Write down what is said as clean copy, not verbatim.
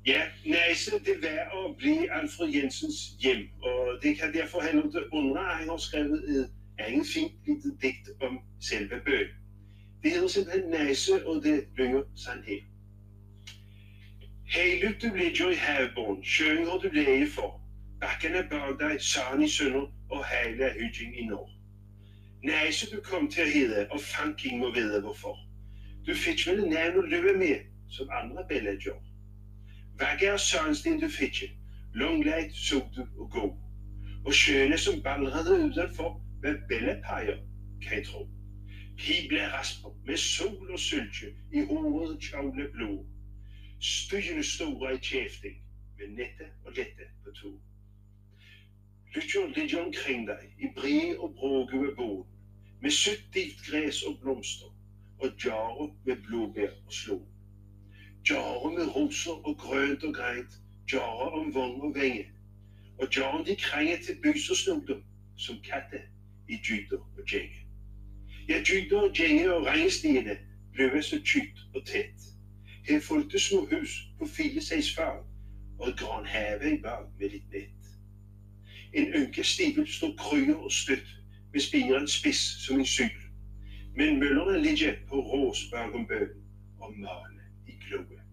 Ja, Næse, det var at blive Alfred Jensens hjem, og det kan derfor have noget at undre, at han har skrevet et andet fint lille digt om selve bøgen. Det hedder simpelthen Næse, og det lynger sådan her. Heilygt du ligger i havborn, sjøen har du læge for. Bakken er bag dig, saren i sønder, og hejle er hygging i nord. Næse du kom til at hedde, og fanking må vide hvorfor. Du fik vel navn og løbe med, som andre bella gjorde. Vagge er sørnsten du fik, langlejt så du og gå. Og sjøene som balrede udenfor, hvad bella peger, kan jeg tro. Pible rasper med sol og sølge i hovedet kjavle blå. Støjende store i kjæfting, med nette og lette på to. Lytter ligger omkring dig i brie og bråge ved båden, med sødt dift græs og blomster, og jarre med blåbær og slå. Jarre med roser og grønt og grejt, jarre om vong og vænge, og jarre de krænger til bys og snuder, som katte i dyder og djenge. Ja, dyder og djenge og regnstiene løber så tykt og tæt. Her fulgte små hus på filesags farv, og et gran have i bag med lidt net. En ynke stivl stod kryer og stødt, med spiren spids som en cykel. Men møllerne ligger på rås bag om bøgen, og male i kloge.